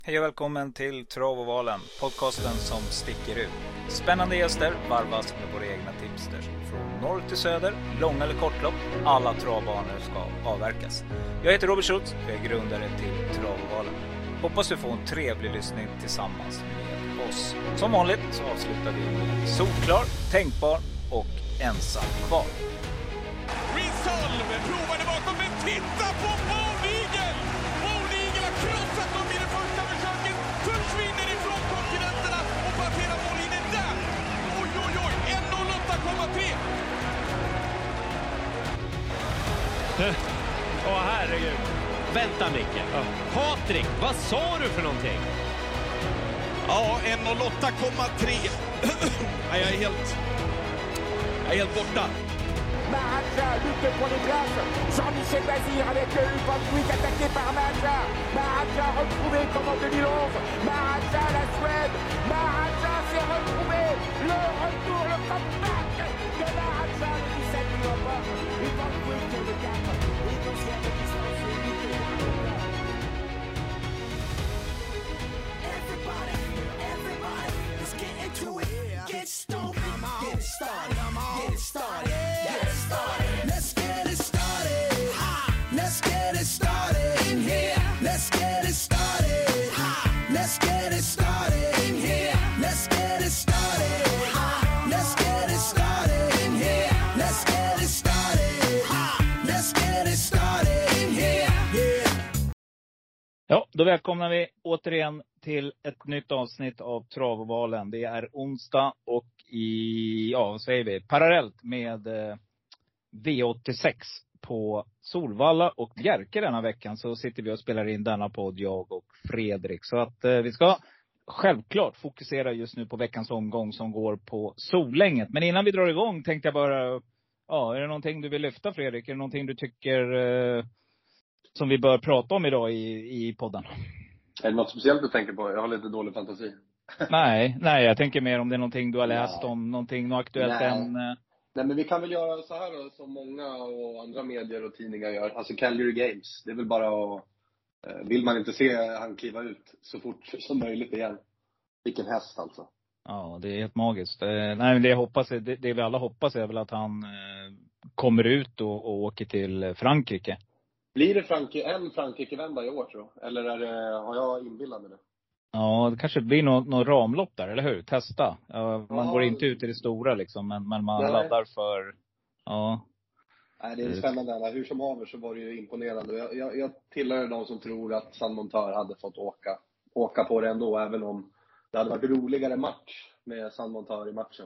Hej och välkommen till Travovalen, podcasten som sticker ut. Spännande gäster varvas med våra egna tipsters. Från norr till söder, lång eller kortlopp, alla travbanor ska avverkas. Jag heter Robert Schultz, jag är grundare till Travovalen. Hoppas du får en trevlig lyssning tillsammans med oss. Som vanligt så avslutar vi med solklar, tänkbar och ensam kvar. Resolve provade bakom, men titta på Bowlingen! Bowlingen har krossat dem i det första försöket, försvinner ifrån kontinenterna och passerar mållinjen där. Oj, oj, oj, 1.08,3. Åh herregud. Vänta Micke. Patrik, vad sa du för någonting? Ja, 1.08,3. Jag är helt borta. Maharaja lutte pour les places. Jean-Michel Bazir avec le Van Dijk attaqué par Maharaja. Maharaja retrouvé comme en 2011. Maharaja la Suède. Maharaja s'est retrouvé. Le retour, le comeback de Maharaja le 17 novembre. Et Van Dijk le 4. Et deuxième distance Everybody, let's get into it. Get stoked, get it started, get it started. Let's get it started. Let's get it started in here. Let's get it started. Let's get it started in here. Let's get it started. Let's get it started in here. Let's get it started. Let's get it started in here. Yeah. Ja, då välkomnar vi återigen till ett nytt avsnitt av Travovalen. Det är onsdag och vad säger vi? Parallellt med V86 på Solvalla och Bjerke denna veckan så sitter vi och spelar in denna podd, jag och Fredrik. Så att vi ska självklart fokusera just nu på veckans omgång som går på Solänget. Men innan vi drar igång tänkte jag bara, är det någonting du vill lyfta, Fredrik? Är det någonting du tycker som vi bör prata om idag i podden? Är det något speciellt du tänker på? Jag har lite dålig fantasi. Nej, jag tänker mer om det är någonting du har läst om, något aktuellt ämne. Nej, men vi kan väl göra så här då, som många och andra medier och tidningar gör. Alltså Calgary Games, det är väl bara att, vill man inte se han kliva ut så fort som möjligt igen. Vilken häst alltså. Ja, det är helt magiskt. Nej, men det vi alla hoppas är väl att han kommer ut och åker till Frankrike. Blir det Frankrike-vända i år, tror jag? Eller har jag inbillat mig det? Ja, det kanske blir någon ramlopp där, eller hur? Testa. Man går inte ut i det stora liksom, men man laddar för... Ja. Nej, det är spännande. Hur som haver så var det ju imponerande. Jag tillhör de som tror att San Montör hade fått åka på det ändå, även om det hade varit roligare match med San Montör i matchen.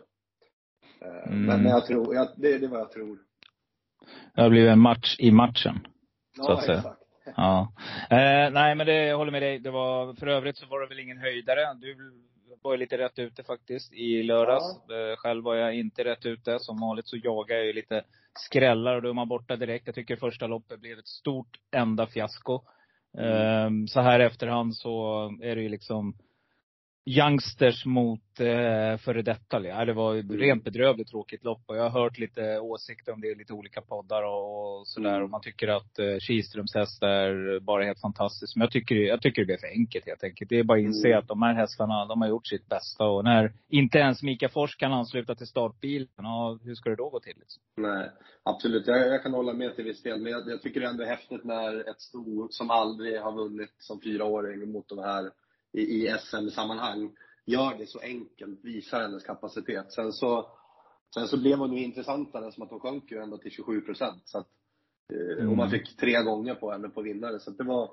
Men jag tror, det är vad jag tror. Det har blivit en match i matchen. Så att säga. Exakt. Ja. Nej, men jag håller med dig. Det var, för övrigt så var det väl ingen höjdare. Du var ju lite rätt ute faktiskt i lördags. Ja. Själv var jag inte rätt ute. Som vanligt så jagar jag ju lite skrällar och då är man borta direkt. Jag tycker första loppet blev ett stort enda fiasko. Så här efterhand så är det ju liksom youngsters mot före detta. Det var rent bedrövligt tråkigt lopp. Och jag har hört lite åsikter om det i lite olika poddar och sådär. Och man tycker att Kihlströms häst är bara helt fantastisk. Men jag tycker det blir för enkelt helt enkelt. Det är bara att inse att de här hästarna, de har gjort sitt bästa. Och när inte ens Mika Fors kan ansluta till startbilen, hur ska det då gå till? Liksom? Nej, absolut. Jag kan hålla med till viss del. Men jag tycker det ändå är häftigt när ett sto som aldrig har vunnit som 4-åring mot de här i SM-sammanhang gör det så enkelt, visar hennes kapacitet. Sen så blev hon ju intressantare, som att hon sjönk ju ändå till 27%. Så att, och man fick 3 gånger på henne på vinnare. Så att det var,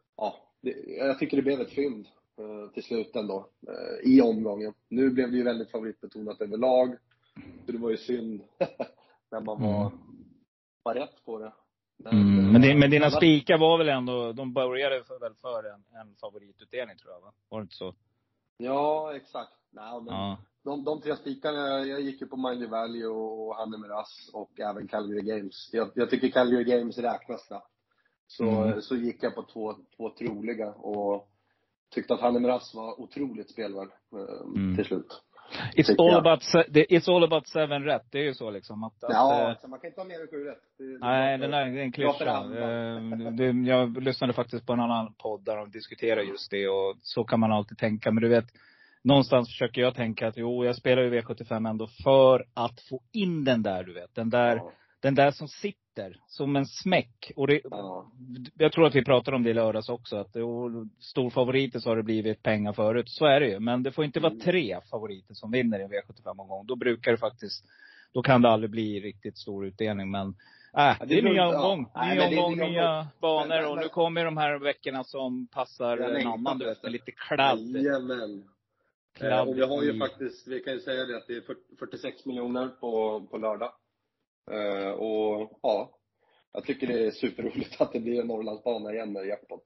jag tycker det blev ett fynd till slut ändå i omgången. Nu blev det ju väldigt favoritbetonat överlag. Så det var ju synd när man var rätt på det. Men dina spikar var väl ändå, de började väl för en favoritutdelning, tror jag, va? Var det inte så? Ja, exakt. Nej, men de 3 spikarna, jag gick ju på Mind Your Value och Hanne Miraz och även Calgary Games. Jag tycker Calgary Games räknas där. Så gick jag på två troliga och tyckte att Hanne Miraz var otroligt spelvärd till slut. It's all about 7 rätt. Det är ju så liksom. Att, så man kan inte ha mer än 7 rätt. Nej, det är en klyscha. Jag lyssnade faktiskt på en annan podd där de diskuterar just det. Och så kan man alltid tänka. Men du vet, någonstans försöker jag tänka att jag spelar ju V75 ändå för att få in den där, du vet. Den där som sitter som en smäck. Och jag tror att vi pratade om det i lördags också. Att stor favoriter så har det blivit pengar förut. Så är det ju. Men det får inte vara 3 favoriter som vinner i en V75-omgång. Då brukar det faktiskt, då kan det aldrig bli riktigt stor utdelning. Men det är nya omgång. Nya banor. Och nu kommer de här veckorna som passar en annan, du vet. Med lite kladd. Jajamän. Och vi har ju faktiskt, vi kan ju säga det, att det är 46 miljoner på lördag. Och jag tycker det är superroligt att det blir en Norrlandsbana igen med jackpot.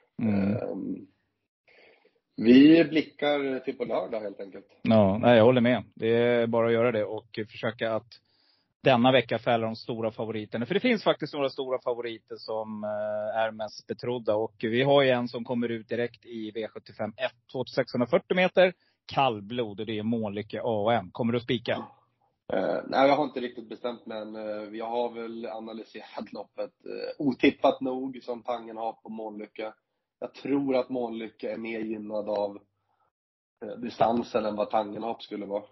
Vi blickar till på lördag helt enkelt. Ja, jag håller med. Det är bara att göra det och försöka att denna vecka fälla de stora favoriterna. För det finns faktiskt några stora favoriter som är mest betrodda. Och vi har ju en som kommer ut direkt i V75 1, 2640 meter. Kallblod, och det är Månlycke AM. Kommer du att spika? Nej, jag har inte riktigt bestämt, men vi har väl analyserat loppet. Otippat nog som Tangen har på Månlycke. Jag tror att Månlycke är mer gynnad av distansen än vad Tangenhop skulle vara.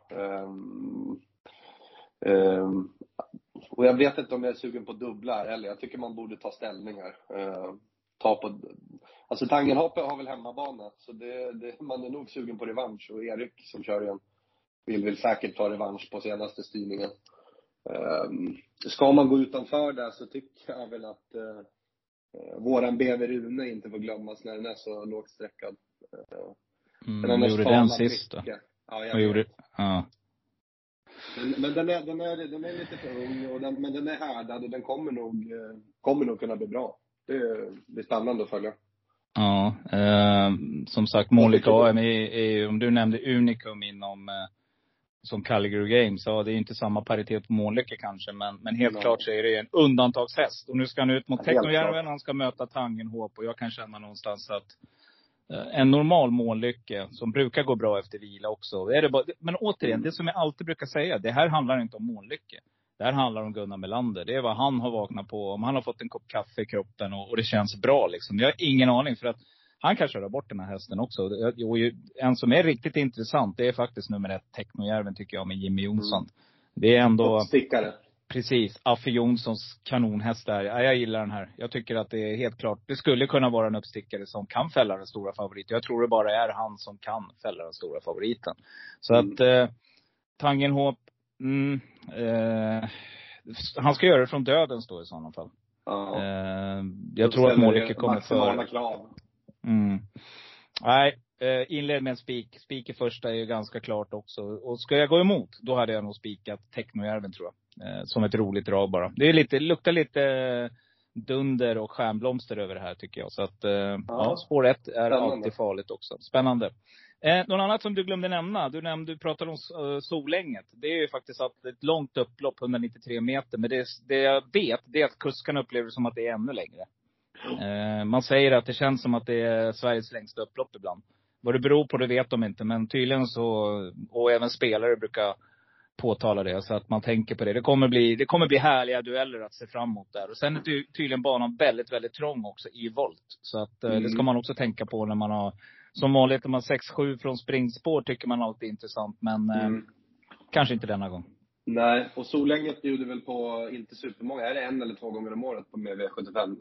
Och jag vet inte om jag är sugen på dubbla här heller. Jag tycker man borde ta ställningar. Alltså Tangenhop har väl hemmabana, så man är nog sugen på revansch. Och Erik som kör igen vill säkert ta revansch på senaste styrningen. Ska man gå utanför där så tycker jag väl att våran BV Rune inte får glömmas när den är så lågt sträckad. Den gjorde den sist då. Ja. Men den är lite för ung, men den är härdad och den kommer nog kunna bli bra. Det blir spännande att följa. Ja, som sagt Månlycke AM är, om du nämnde Unicum inom som Calgary Games, så det är inte samma paritet på Månlycke kanske, men helt klart så är det en undantagshäst. Och nu ska han ut mot Teknojärven, han ska möta Tangenhop, och jag kan känna någonstans att en normal Månlycke som brukar gå bra efter vila också. Men återigen, det som jag alltid brukar säga, det här handlar inte om Månlycke. Det här handlar om Gunnar Melander. Det är vad han har vaknat på. Om han har fått en kopp kaffe i kroppen och det känns bra liksom. Jag har ingen aning, för att han kan köra bort den här hästen också. Och en som är riktigt intressant, det är faktiskt nummer 1 Teknojärven tycker jag, med Jimmy Jonsson. Det är ändå stickare. Precis, Affe Jonssons kanonhäst där. Ja, jag gillar den här. Jag tycker att det är helt klart, det skulle kunna vara en uppstickare som kan fälla den stora favoriten. Jag tror det bara är han som kan fälla den stora favoriten. Så att Tangenhop, han ska göra det från dödens då i sådana fall. Jag tror att Månlycke kommer för Nej, inled med en spik. Spik i första är ju ganska klart också. Och ska jag gå emot, då hade jag nog spikat Teknojärven tror jag. Som ett roligt drag bara. Det är luktar lite dunder och stjärnblomster över det här tycker jag. Så att spår 1 är alltid farligt också. Spännande. Något annat som du glömde nämna. Du pratade om Solänget. Det är ju faktiskt att ett långt upplopp, 193 meter. Men det jag vet, det är att kuskarna upplever som att det är ännu längre. Man säger att det känns som att det är Sveriges längsta upplopp ibland. Vad det beror på det vet de inte. Men tydligen så, och även spelare brukar påtala det. Så att man tänker på det. Det kommer bli härliga dueller att se fram emot där. Och sen är tydligen banan väldigt, väldigt trång också i volt. Så att det ska man också tänka på när man har, som vanligt, när man 6-7 från springspår tycker man alltid är intressant. Men kanske inte denna gång. Nej, och Solänget bjuder väl på inte supermånga. Är det 1 eller 2 gånger om året på med V75.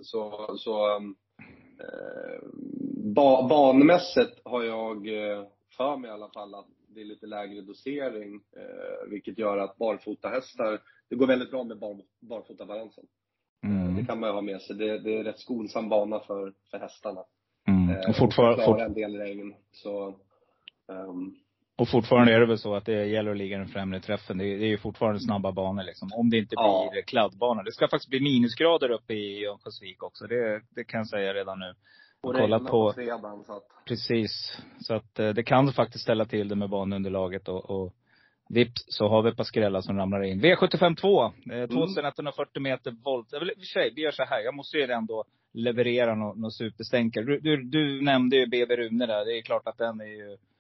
Banmässigt har jag för mig i alla fall att det är lite lägre dosering. Vilket gör att barfota hästar, det går väldigt bra med barfotabalansen. Det kan man ju ha med sig. Det är rätt skonsam bana för hästarna. Och fortfarande en del regn. Så och fortfarande är det väl så att det gäller att ligga den främre träffen. Det är ju fortfarande snabba banor liksom. Om det inte blir kladdbanor. Det ska faktiskt bli minusgrader uppe i Örnsköldsvik också. Det kan jag säga redan nu. Och regna på fredagen. Så att... Precis. Så att det kan faktiskt ställa till det med banunderlaget. Och vips så har vi ett par skrällar som ramlar in. V75-2. 2140 meter volt. Vi gör så här. Jag måste ju ändå leverera någon superstänker. Du nämnde ju BB Rune där. Det är klart att den är ju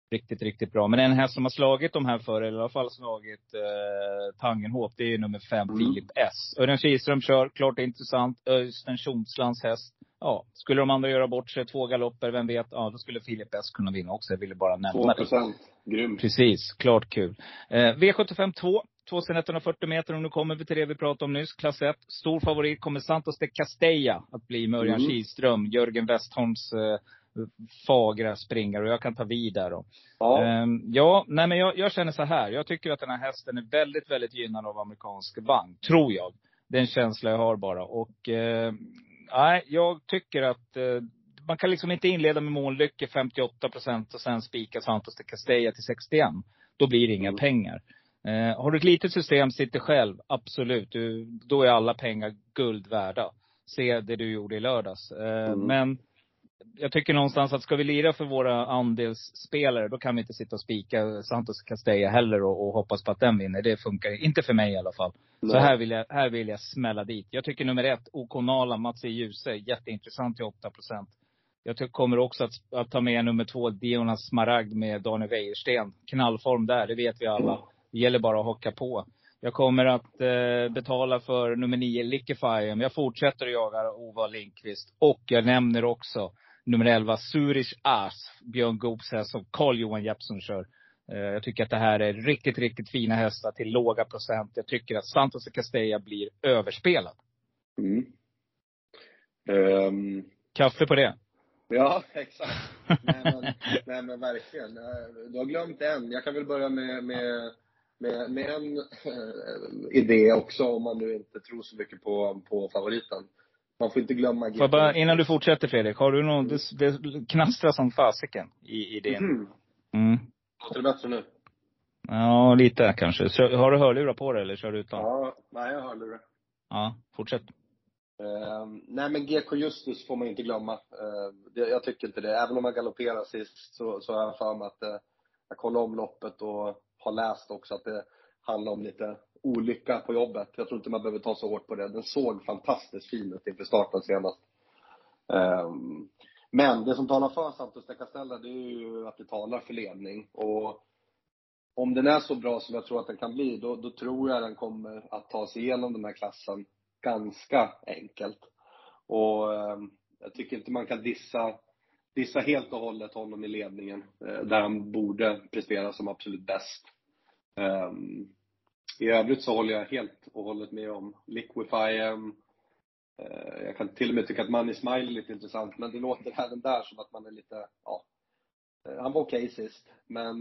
Riktigt, riktigt bra. Men en häst som har slagit de här för, eller i alla fall slagit Tangenhop, det är nummer 5, Filip S. Örjan Kihlström kör, klart intressant. Öystein Schontslands häst. Ja, skulle de andra göra bort sig 2 galopper, vem vet? Ja, då skulle Filip S kunna vinna också. Jag ville bara nämna 2%, grym. Precis, klart kul. V75 2, 2140 meter, om nu kommer vi till det vi pratade om nyss. Klass 1, stor favorit kommer Santos de Castella att bli med Örjan Kihlström, Jörgen Westholms fagra springare, och jag kan ta vid där då. Jag känner så här. Jag tycker att den här hästen är väldigt, väldigt gynnad av amerikansk vagn, tror jag. Den känsla jag har bara. Och jag tycker att man kan liksom inte inleda med mållycke 58% och sen spika Santos de Castella till 61. Då blir det inga pengar. Har du ett litet system, sitter själv, absolut. Då är alla pengar guld värda. Se det du gjorde i lördags. Men jag tycker någonstans att ska vi lira för våra andelsspelare, då kan vi inte sitta och spika Santos Castella heller och hoppas på att den vinner. Det funkar inte för mig i alla fall. Nej. Så här vill jag smälla dit. Jag tycker nummer 1, OK Nala, Mats E. Djuse, jätteintressant till 8%. Jag kommer också att ta med nummer 2, Dionas Smaragd med Daniel Wäjersten. Knallform där, det vet vi alla. Det gäller bara att hocka på. Jag kommer att betala för nummer 9, Liquefire. Jag fortsätter att jaga Ova Lindqvist. Och jag nämner också nummer 11, Zurich As, Björn Goops häst som Carl-Johan Jeppsson kör. Jag tycker att det här är riktigt, riktigt fina hästar till låga procent. Jag tycker att Santos de Castella blir överspelad. Kaffe på det? Ja, exakt. nej, men verkligen. Du har glömt en. Jag kan väl börja med en idé också, om man nu inte tror så mycket på favoriten. Man får inte glömma. Innan du fortsätter, Fredrik, har du någon, det knastrar som fasiken i idén. Låter det bättre nu? Ja, lite kanske. Har du hörlurar på det eller kör du utan? Ja, nej, jag har hörlurar. Ja, fortsätt. Nej, men GK Justus får man inte glömma. Jag tycker inte det. Även om man galopperar sist, så har jag för mig att jag kollar om loppet och har läst också att det handlar om lite olycka på jobbet. Jag tror inte man behöver ta så hårt på det. Den såg fantastiskt fin ut inför starten senast. Men det som talar för Santos de Castella, det är ju att det talar för ledning. Och om den är så bra som jag tror att den kan bli, då tror jag den kommer att ta sig igenom den här klassen ganska enkelt. Och jag tycker inte man kan dissa helt och hållet honom i ledningen, där han borde prestera som absolut bäst. I övrigt så håller jag helt och hållet med om Liquefy. Jag kan till och med tycka att Money Smile är lite intressant, men det låter även där som att man är lite, han var okej sist, men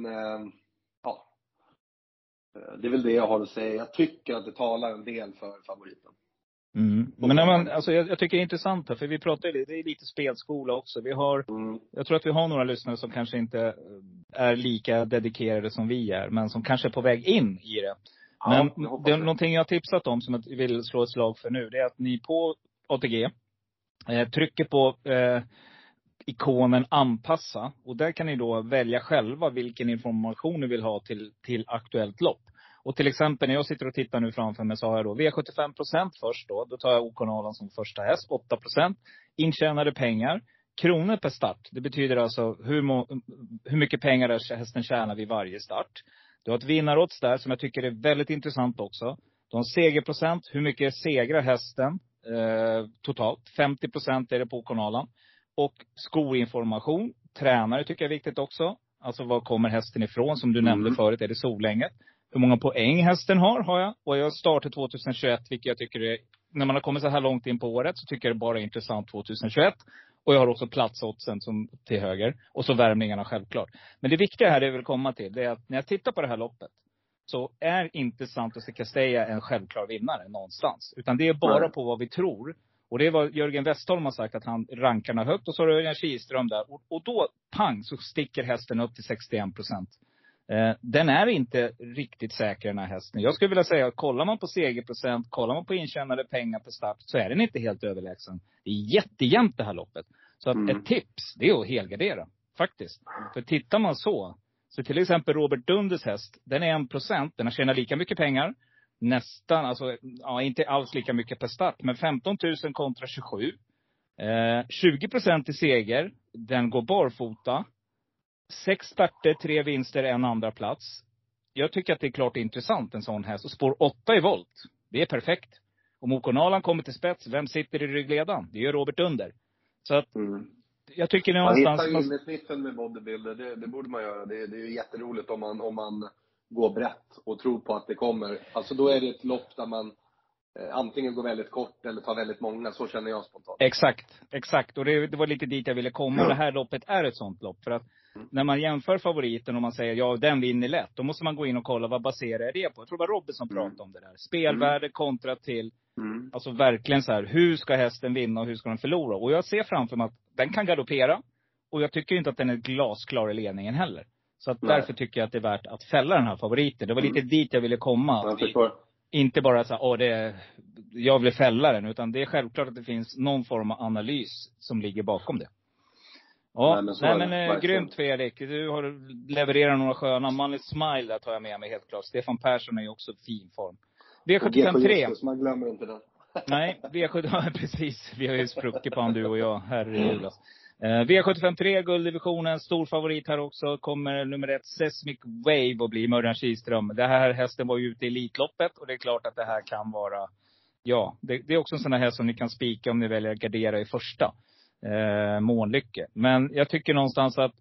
det är väl det jag har att säga. Jag tycker att det talar en del för favoriten. Men när man, alltså jag tycker det är intressant här, för vi pratar det är lite spelskola också. Vi har, jag tror att vi har några lyssnare som kanske inte är lika dedikerade som vi är, men som kanske är på väg in i det. Men det är någonting jag har tipsat om som jag vill slå ett slag för nu. Det är att ni på ATG trycker på ikonen anpassa. Och där kan ni då välja själva vilken information ni vill ha till aktuellt lopp. Och till exempel när jag sitter och tittar nu framför mig så har jag då V75% först då. Då tar jag OK-kanalen som första häst, 8%. Intjänade pengar. Kronor per start. Det betyder alltså hur mycket pengar hästen tjänar vid varje start. Du har ett vinnarodds där som jag tycker är väldigt intressant också. Du har en segerprocent. Hur mycket segrar hästen totalt? 50% är det på kanalen. Och skoinformation. Tränare tycker jag är viktigt också. Alltså var kommer hästen ifrån? Som du nämnde förut, är det Solänget. Hur många poäng hästen har jag. Och jag startade 2021, vilket jag tycker är, när man har kommit så här långt in på året så tycker jag det bara är intressant 2021. Och jag har också platsoddsen som till höger. Och så värmningarna självklart. Men det viktiga här är väl komma till. Det är att när jag tittar på det här loppet. Så är inte Santos de Castella en självklar vinnare någonstans. Utan det är bara på vad vi tror. Och det är vad Jörgen Westholm har sagt. Att han rankarna högt. Och så har du Örjan Kihlström där. Och då pang så sticker hästen upp till 61%. Den är inte riktigt säker den här hästen. Jag skulle vilja säga att kollar man på segerprocent. Kollar man på intjänade pengar på start. Så är den inte helt överlägsen. Det är jättejämnt det här loppet. Så att ett tips, det är att helgardera. Faktiskt. För tittar man så till exempel Robert Dunders häst. Den är 1%. Den har tjänat lika mycket pengar. Nästan, alltså inte alls lika mycket per start. Men 15 000 kontra 27. 20% i seger. Den går barfota. 6 starter, 3 vinster, en andra plats. Jag tycker att det är klart intressant en sån häst. Och spår 8 i volt. Det är perfekt. Om Okonalan kommer till spets, vem sitter i ryggledan? Det gör Robert Under. Så att jag tycker någonstans... Man hittar ju innesniffen med bodybuilder, det borde man göra. Det är ju jätteroligt om man går brett och tror på att det kommer. Alltså då är det ett lopp där man antingen går väldigt kort eller tar väldigt många. Så känner jag spontant. Exakt. Och det var lite dit jag ville komma. Det här loppet är ett sånt lopp. För att när man jämför favoriten och man säger ja, den vinner lätt. Då måste man gå in och kolla vad baserar det på. Jag tror det var Robinson pratade om det där. Spelvärde kontra till. Alltså verkligen så här. Hur ska hästen vinna och hur ska den förlora? Och jag ser framför mig att den kan galoppera. Och jag tycker inte att den är glasklar i ledningen heller. Så att därför tycker jag att det är värt att fälla den här favoriten. Det var lite dit jag ville komma. Inte bara så här, jag vill fälla den. Utan det är självklart att det finns någon form av analys som ligger bakom det. Ja, men grymt Fredrik. Du har levererat några sköna. Manly Smile där tar jag med mig helt klart. Stefan Persson är ju också fin form. V75-3. Man glömmer inte det. Nej, V75, precis. Vi har ju spruckit på han, du och jag, herregud. V75-3, gulddivisionen, stor favorit här också. Kommer nummer 1, Seismic Wave, och blir Mörjan Kihlström. Det här hästen var ju ute i Elitloppet. Och det är klart att det här kan vara, ja, det är också en sån här häst som ni kan spika om ni väljer att gardera i första. Månlycke. Men jag tycker någonstans att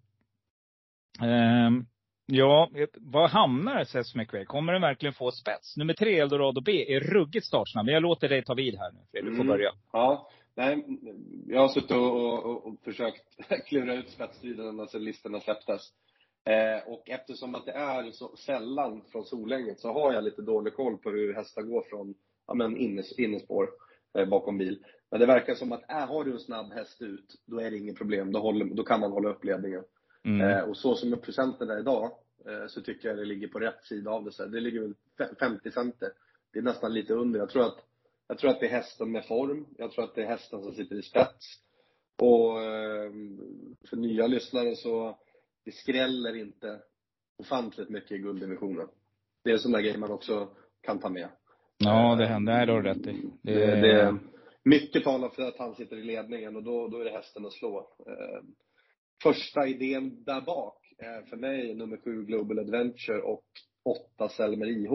ja, vad hamnar Seismic Wave? Kommer den verkligen få spets? Nummer 3, Eldorado B, är ruggigt startsnabb. Men jag låter dig ta vid här nu, Fredrik. Du får börja. Ja, nej, jag har suttit och försökt klura ut spetsstriden sedan listorna släpptes. Och eftersom att det är så sällan från Solänget så har jag lite dålig koll på hur hästar går från innespår bakom bil. Men det verkar som att har du en snabb häst ut, då är det inget problem. Då kan man hålla upp ledningen. Och så som procenten är idag, så tycker jag det ligger på rätt sida av det. Så det ligger väl 50 center. Det är nästan lite under. Jag tror att det är hästen med form. Jag tror att det är hästen som sitter i spets. Och för nya lyssnare så det skräller inte ofantligt mycket i gulddivisionen. Det är en sån där grej man också kan ta med. Ja, det händer. Nej, då är det rätt i. Det mycket talar för att han sitter i ledningen, och då är det hästen att slå. Första idén där bak är för mig nummer 7 Global Adventure och 8 Selmer IH.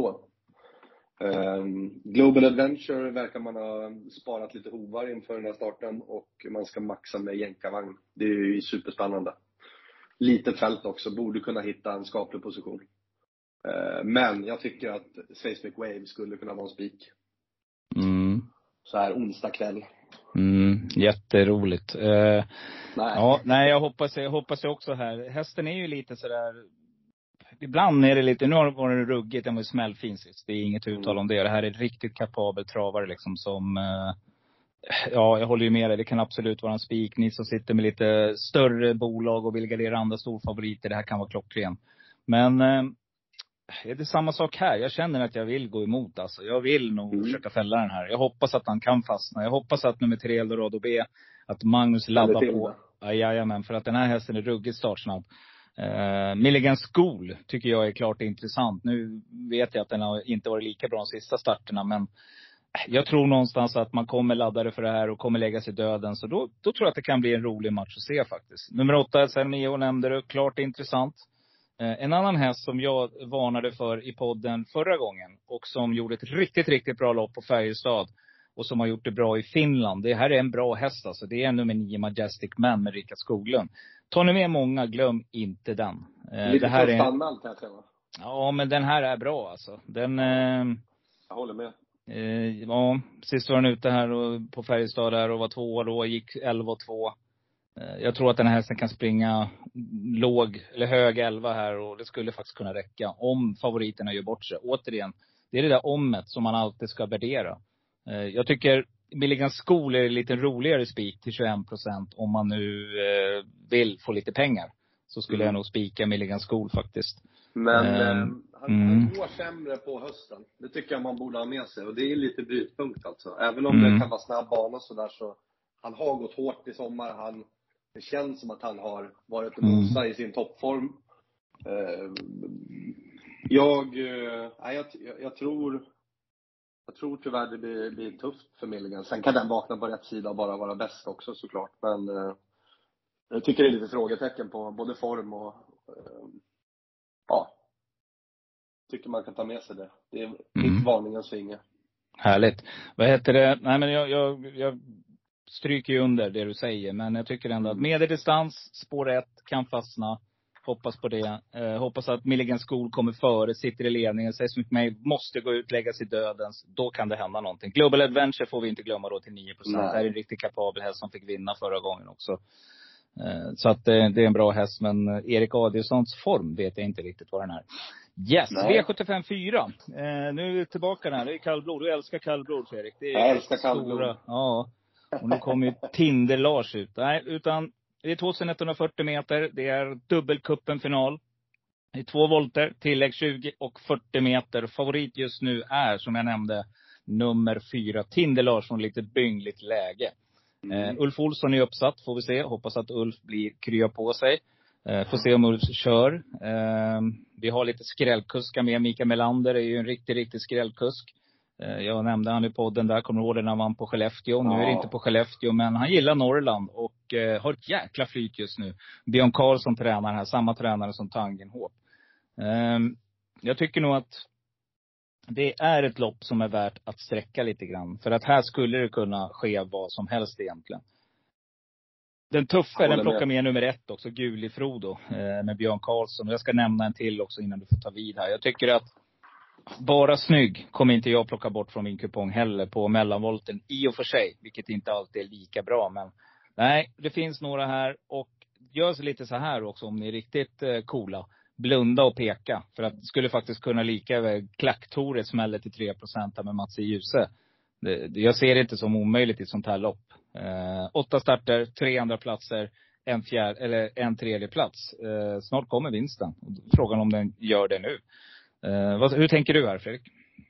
Global Adventure verkar man ha sparat lite hovar inför den här starten, och man ska maxa med jänkarvagn. Det är ju superspännande. Litet fält också, borde kunna hitta en skaplig position. Men jag tycker att Seismic Wave skulle kunna vara en spik. Så här onsdag kväll. Jätteroligt. Nej, jag hoppas också här. Hästen är ju lite sådär. Ibland är det lite, nu har det varit ruggigt, den var ju smällfin sist. Det är inget uttal om det. Det här är riktigt kapabel travare liksom som ja, jag håller ju med dig. Det kan absolut vara en spik. Ni som sitter med lite större bolag och vill gardera andra storfavoriter, det här kan vara klockren. Men det är samma sak här. Jag känner att jag vill gå emot alltså. Jag vill nog försöka fälla den här. Jag hoppas att han kan fastna. Jag hoppas att nummer 3 Eldorado B, att Magnus laddar på. Jajamän, för att den här hästen är ruggigt startsnabb. Milligan School tycker jag är klart intressant. Nu vet jag att den har inte varit lika bra de sista starterna, men jag tror någonstans att man kommer laddare för det här och kommer lägga sig döden. Så då tror jag att det kan bli en rolig match att se faktiskt. Nummer 8, Selmio nämnde du, klart intressant. En annan häst som jag varnade för i podden förra gången, och som gjorde ett riktigt bra lopp på Färjestad och som har gjort det bra i Finland. Det här är en bra häst alltså. Det är nummer 9 Majestic Man med Rickard Skoglund. Tar ni med många, glöm inte den. Lite det här är anmält kan jag säga. Ja, men den här är bra alltså. Den jag håller med. Ja, sist var den ute här och på Färjestad där och var 2 då, gick 11-2. Jag tror att den här hästen kan springa låg eller hög 11 här, och det skulle faktiskt kunna räcka om favoriterna gör bort sig. Återigen, det är det där ommet som man alltid ska värdera. Jag tycker Milligan School är lite roligare spik till 21%. Om man nu vill få lite pengar, så skulle jag nog spika Milligan School faktiskt. Men han går sämre på hösten. Det tycker jag man borde ha med sig. Och det är lite brytpunkt alltså. Även om det kan vara snabb bana och sådär, så han har gått hårt i sommar. Det känns som att han har varit en mosa i sin toppform. Jag tror tyvärr det blir tufft för Milligan. Sen kan den vakna på rätt sida och bara vara bäst också såklart. Men jag tycker det är lite frågetecken på både form och Ja. Tycker man kan ta med sig det. Det är mitt varningens finger. Härligt. Vad heter det? Nej, men jag stryker ju under det du säger. Men jag tycker ändå att medeldistans, spår 1 kan fastna. Hoppas på det. Hoppas att Milligan School kommer före, sitter i ledningen. Säger som mig, måste gå ut, lägga sig dödens. Då kan det hända någonting. Global Adventure får vi inte glömma då till 9%. Det här är en riktigt kapabel häst som fick vinna förra gången också. Så att det är en bra häst. Men Erik Adielssons form vet jag inte riktigt vad den är. Yes, V75 4. Nu är vi tillbaka där. Det är kallblod. Du älskar kallblod, Erik. Det är jag älskar kallblod. Ja. Och nu kommer ju Tinder Lars ut. Nej, utan det är 2140 meter. Det är dubbelkuppen final. Det är 2 volter, tillägg 20 och 40 meter. Favorit just nu är, som jag nämnde, nummer 4. Tinder Lars från lite byngligt läge. Ulf Olsson är uppsatt, får vi se. Hoppas att Ulf blir krya på sig. Får se om Ulf kör. Vi har lite skrällkuskar med. Mikael Melander är ju en riktig skrällkusk. Jag nämnde han i podden där. Kommer du ihåg det när han vann på Skellefteå? Nu är det inte på Skellefteå, men han gillar Norrland. Och har ett jäkla flyt just nu. Björn Karlsson tränar här. Samma tränare som Tangenhop. Jag tycker nog att det är ett lopp som är värt att sträcka lite grann. För att här skulle det kunna ske vad som helst egentligen. Den tuffa, den plockar med nummer 1 också. Guli Frodo med Björn Karlsson. Jag ska nämna en till också innan du får ta vid här. Jag tycker att bara snygg kommer inte jag plocka bort från min kupong heller på mellanvolten. I och för sig, vilket inte alltid är lika bra. Men nej, det finns några här. Och gör så lite så här också om ni är riktigt coola. Blunda och peka. För att det skulle faktiskt kunna lika över Klacktoret smäller till 3% med Mats i Ljuse. Jag ser det inte som omöjligt i ett sånt här lopp. 8 starter, 3 andra platser, en tredje plats. Snart kommer vinsten. Frågan om den gör det nu. Hur tänker du här, Fredrik?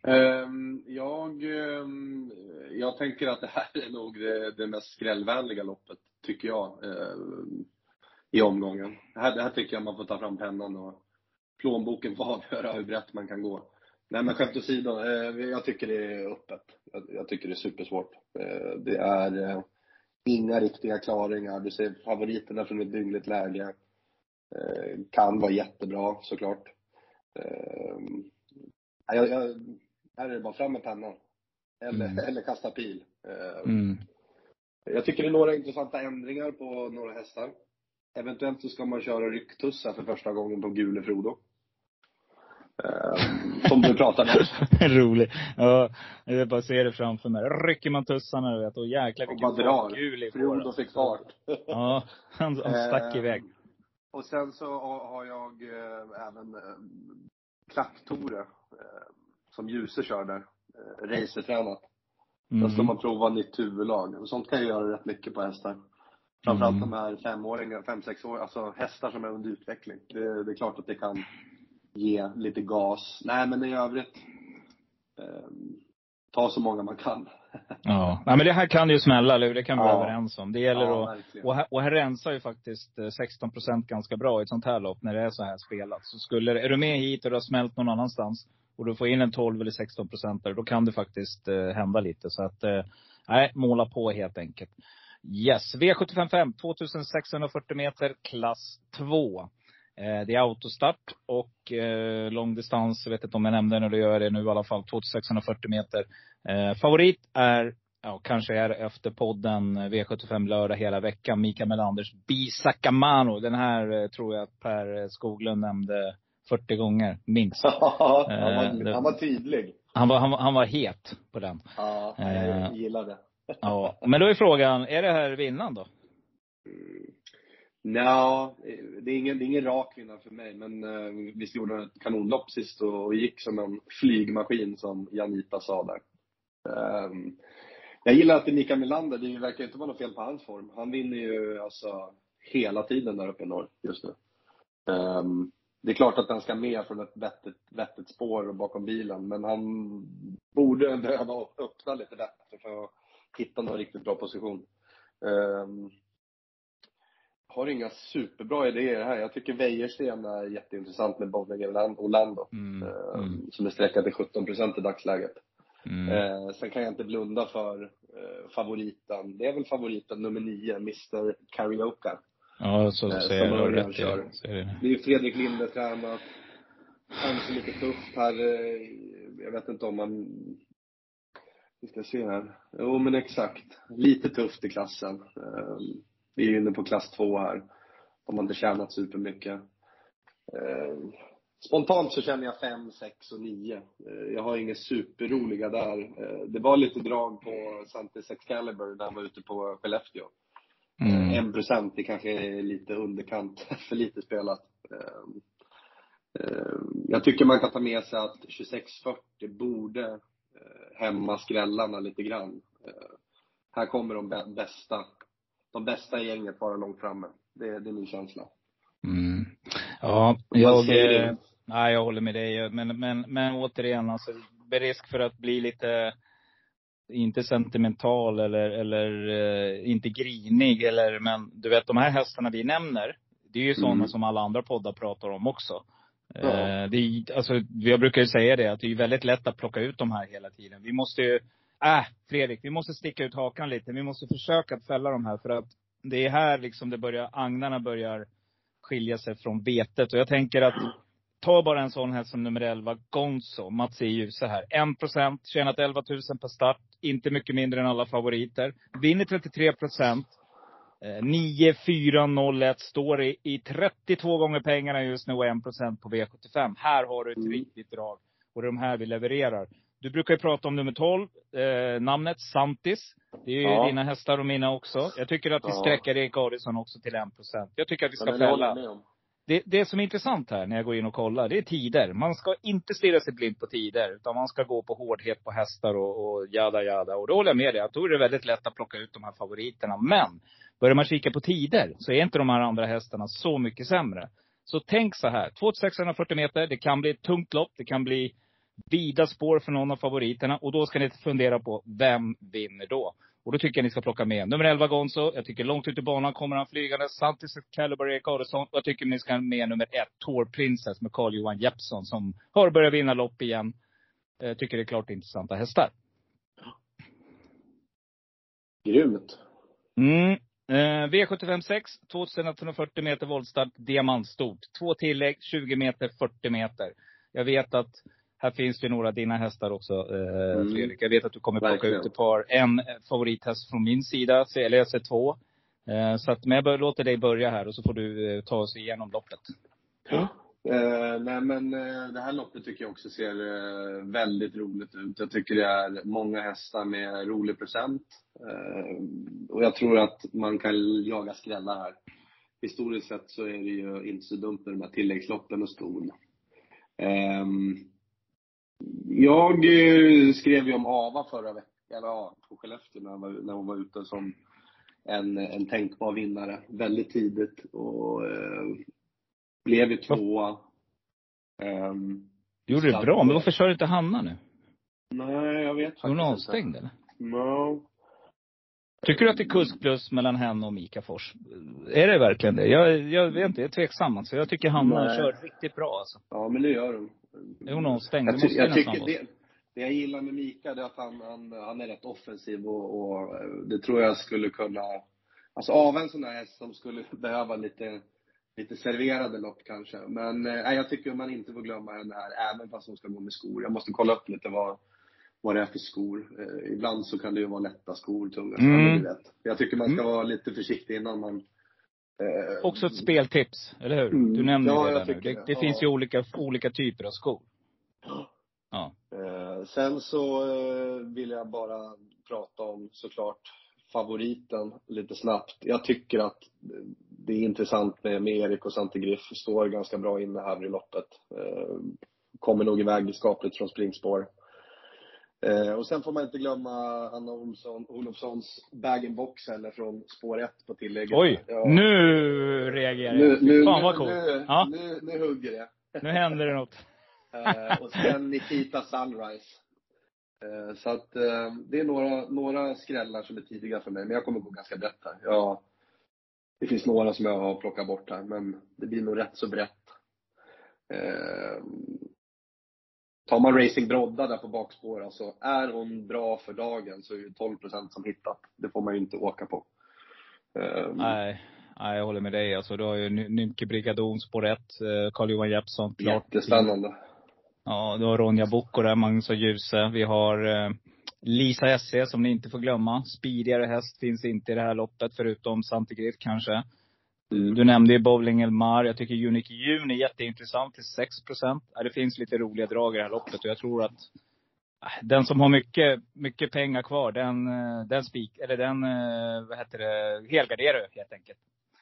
Jag tänker att det här är nog det mest skrällvänliga loppet, tycker jag, i omgången. Det här tycker jag man får ta fram pennan och plånboken får avgöra hur brett man kan gå. Nej, men skämt åsido, jag tycker det är öppet. Jag tycker det är supersvårt. Det är inga riktiga klaringar. Du ser favoriterna från ett dyngligt läge. Kan vara jättebra, såklart. Här är det bara fram med pennan. Eller kasta pil. Jag tycker det är några intressanta ändringar på några hästar. Eventuellt så ska man köra rycktussa för första gången på Gule Frodo. Som du pratade om. Roligt. Ja, jag vill bara se det framför mig. Rycker man tussarna, du vet. Och jäklar vilken fart Gule Frodo fick fart. Ja, han stack iväg. Och sen så har jag även Klacktore som Ljuse kör där. Racertränat. Då ska man prova nytt huvudlag. Och sånt kan ju göra rätt mycket på hästar. Framförallt de här 5-åringar, 5-6 år. Alltså hästar som är under utveckling. Det är klart att det kan ge lite gas. Nej, men i övrigt ta så många man kan. Ja, men det här kan ju smälla, eller det kan vi vara överens om. Det gäller och här rensar ju faktiskt 16% ganska bra i ett sånt här lopp när det är så här spelat. Så är du med hit och du har smält någon annanstans och du får in en 12 eller 16%, då kan det faktiskt hända lite. Så att, måla på helt enkelt. Yes, V75 2640 meter, klass 2. Det är autostart och långdistans, jag vet inte om jag nämnde när du gör det nu i alla fall, 2640 meter. Favorit är, kanske är efter podden V75 lördag hela veckan, Mikael Melanders Bisakamano. Den här tror jag att Per Skoglund nämnde 40 gånger, minst. Han var tydlig. Han var het på den. Ja, jag gillar det. Ja, men då är frågan, är det här vinnaren då? Nej, det är ingen rak vinnare för mig. Men vi gjorde ett kanonlopp sist och gick som en flygmaskin, som Janita sa där. Jag gillar att det är Mikael Melander. Det verkar inte vara något fel på hans form. Han vinner ju alltså hela tiden där uppe i norr just nu. Det är klart att han ska med från ett vettigt spår och bakom bilen. Men han borde behöva öppna lite bättre för att hitta någon riktigt bra position. Har inga superbra idéer här. Jag tycker Wäjersten är jätteintressant med Bowling Orlando. Som är sträckad till 17% i dagsläget. Sen kan jag inte blunda för favoriten. Det är väl favoriten nummer 9, Mr. Karaoke. Ja, så ser som jag Örjan rätt kör. Det är ju Fredrik Linde tränat. Kanske lite tufft här. Jag vet inte om man... Vi ska se här. Jo, men exakt. Lite tufft i klassen. Vi är ju inne på klass 2 här. De har inte tjänat supermycket. Spontant så känner jag 5, 6 och 9. Jag har inga superroliga där. Det var lite drag på Santis Excalibur när han var ute på Skellefteå. 1% är kanske lite underkant, för lite spelat. Jag tycker man kan ta med sig att 2640 borde hämma skrällarna lite grann. Här kommer de bästa gänget vara långt framme. Det är min känsla. Ja, jag håller med dig. Men återigen, alltså, med risk för att bli lite, inte sentimental eller inte grinig. Men du vet, de här hästarna vi nämner, det är ju sådana som alla andra poddar pratar om också. Jag brukar ju säga det, att det är väldigt lätt att plocka ut de här hela tiden. Vi måste ju, Fredrik, vi måste sticka ut hakan lite. Vi måste försöka att fälla de här, för att det är här liksom agnarna börjar skilja sig från vetet. Och jag tänker att ta bara en sån här som nummer 11, Gonzo. Mats är ju så här. 1%, tjänat 11 000 per start. Inte mycket mindre än alla favoriter. Vinner 33%. 9-4-0-1 står i 32 gånger pengarna just nu och 1% på V75. Här har du ett riktigt drag. Och de här vi levererar. Du brukar ju prata om nummer 12. Namnet Santis. Det är ju dina hästar och mina också. Jag tycker att vi sträcker Erik Adielsson också till 1%. Jag tycker att vi ska fälla. Det som är intressant här när jag går in och kollar, det är tider. Man ska inte stirra sig blind på tider, utan man ska gå på hårdhet på hästar och jada. Och då håller jag med dig. Jag tror det är väldigt lätt att plocka ut de här favoriterna. Men börjar man kika på tider så är inte de här andra hästarna så mycket sämre. Så tänk så här. 2640 meter, det kan bli ett tungt lopp. Det kan bli vida spår för någon av favoriterna. Och då ska ni fundera på, vem vinner då? Och då tycker jag ni ska plocka med nummer 11 Gonzo. Jag tycker långt ut i banan kommer han flygande. Santis Excalibur, Erik Adielsson. Och jag tycker ni ska med nummer 1 Tour Princess med Carl-Johan Jeppsson, som har börjat vinna lopp igen. Jag tycker det är klart intressanta hästar. Grymt. V75-6, 2140 meter voltstart, diamantstort. 2 tillägg, 20 meter, 40 meter. Jag vet att här finns det några av dina hästar också, Fredrik. Jag vet att du kommer plocka ut ett par. En favorithäst från min sida, CLS2. Så att, men jag låter dig börja här och så får du ta oss igenom loppet. Nej, men det här loppet tycker jag också ser väldigt roligt ut. Jag tycker det är många hästar med rolig procent. Och jag tror att man kan jaga skrällar här. Historiskt sett så är det ju inte så dumt med de här tilläggsloppen och ston. Jag skrev ju om Ava förra veckan, eller på Skellefteå när hon var ute som en tänkbar vinnare väldigt tidigt och blev ju 2. Gjorde det bra, men varför kör inte Hanna nu? Nej, jag vet faktiskt inte. Hon är avstängd eller? No. Tycker du att det är kusk plus mellan henne och Mika Fors? Är det verkligen det? Jag vet inte, jag är tveksam alltså. Jag tycker Hanna kör riktigt bra alltså. Ja, men det gör hon. Är hon avstängd? Jag tycker det jag gillar med Mika är att han är rätt offensiv och det tror jag skulle kunna, alltså av en sån här häst som skulle behöva lite serverade lopp kanske. Men jag tycker man inte får glömma henne här, även fast hon ska gå med skor. Jag måste kolla upp lite vad det är för skor. Ibland så kan det ju vara lätta skor, tunga skor. Jag tycker man ska vara lite försiktig innan man... Också ett speltips, eller hur? Du nämnde det där nu. Det finns ju olika typer av skor. Ja. Sen så vill jag bara prata om såklart favoriten lite snabbt. Jag tycker att det är intressant med Erik och Santigriff. Står ganska bra inne här i loppet. Kommer nog iväg skapligt från springspår. Och sen får man inte glömma Anna Olofssons bag-in-box eller från spår 1 på tillägget. Oj, nu reagerar jag. Fan vad coolt. Nu hugger det. Nu händer det något. Och sen Nikita Sunrise. Så att det är några skrällar som är tidiga för mig. Men jag kommer gå ganska brett här. Det finns några som jag har plockat bort här. Men det blir nog rätt så brett. Tar man Racing Brodda där på bakspår, alltså är hon bra för dagen så är det 12% som hittat. Det får man ju inte åka på. Nej, jag håller med dig. Alltså, du har ju Nymke Brigadon, spår 1, Carl-Johan Jeppsson. Jättespännande. Ja, du har Ronja Bocco där, Magnus och Djuse. Vi har Lisa SC som ni inte får glömma. Speedigare häst finns inte i det här loppet, förutom Santigrit kanske. Du nämnde ju Bowling Elmar. Jag tycker Unique June är jätteintressant till 6%. Det finns lite roliga drag i det här loppet. Och jag tror att den som har mycket pengar kvar, den helgarderar helt enkelt.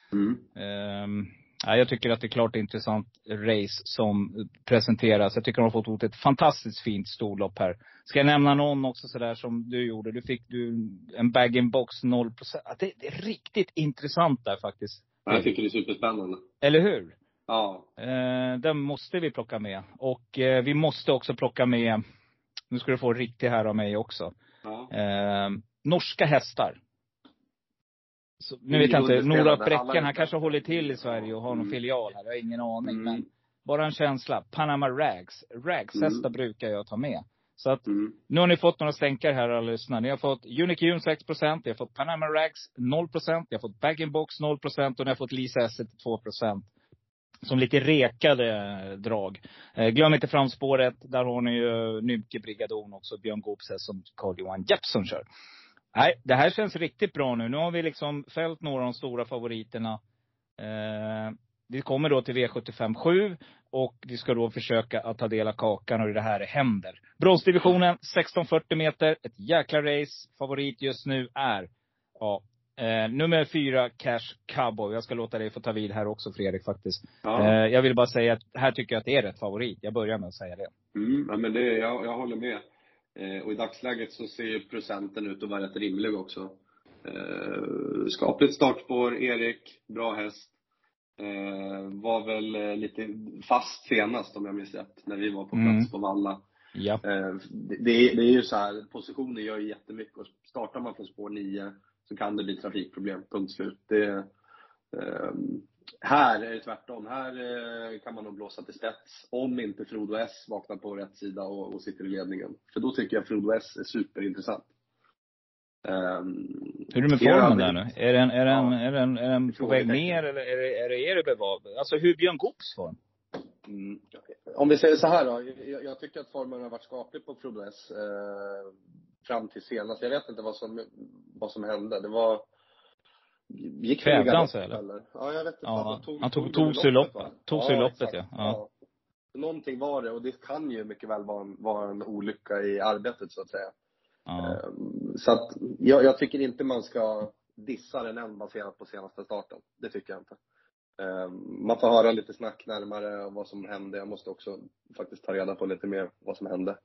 Jag tycker att det är klart intressant race som presenteras. Jag tycker de har fått ett fantastiskt fint storlopp här. Ska jag nämna någon också sådär som du gjorde? Du fick en bag-in-box 0%. Det är riktigt intressant där faktiskt. Jag tycker det är superspännande. Eller hur? Ja. Den måste vi plocka med. Och vi måste också plocka med, nu ska du få riktigt här av mig också. Ja. Norska hästar. Så, nu vet jag inte, Nora Bräcken, han kanske håller till i Sverige och har någon filial här. Jag har ingen aning, men bara en känsla. Panama Rags hästar brukar jag ta med. Så att nu har ni fått några stänkar här alla lyssnar. Ni har fått Unique June 6%, ni har fått Panama Rags 0%, ni har fått Bag-in-box 0% och ni har fått Lisa S 2%. Som lite rekade drag. Glöm inte framspåret, där har ni ju Nymke Brigadon också, Björn Goopse som Carl-Johan Jeppsson kör. Nej, det här känns riktigt bra nu. Nu har vi liksom fällt några av de stora favoriterna. Vi kommer då till V75 7. Och vi ska då försöka att ta del av kakan och det här händer. Bronsdivisionen 1640 meter. Ett jäkla race. Favorit just nu är nummer 4 Cash Cowboy. Jag ska låta dig få ta vid här också, Fredrik, faktiskt. Jag vill bara säga att här tycker jag att det är rätt favorit. Jag börjar med att säga det. Ja, men jag håller med. Och i dagsläget så ser procenten ut att vara rätt rimlig också. Skapligt startspår, Erik, bra häst. Var väl lite fast senast om jag minns rätt, när vi var på plats på Valla. Ja. Det är ju så här, positioner gör ju jättemycket. Och startar man från spår 9 så kan det bli trafikproblem, punkt slut. Här är det tvärtom. Här kan man nog blåsa till spets om inte Frodo S vaknar på rätt sida och sitter i ledningen. För då tycker jag Frodo S är superintressant. Hur är det med formen där nu? Är den på väg ner eller är det bevarat? Alltså hur Björn Goops form? Om vi säger så här då. Jag tycker att formen har varit skaplig på Frodo S fram till senast. Jag vet inte vad som hände. Det var... Gick Kvävdans eller? Ja, jag vet inte. Ja, han tog sig loppet, ja. Någonting var det, och det kan ju mycket väl vara en olycka i arbetet så att säga. Så att jag tycker inte man ska dissa den än baserat på senaste starten. Det tycker jag inte. Man får höra lite snack närmare om vad som hände. Jag måste också faktiskt ta reda på lite mer vad som hände.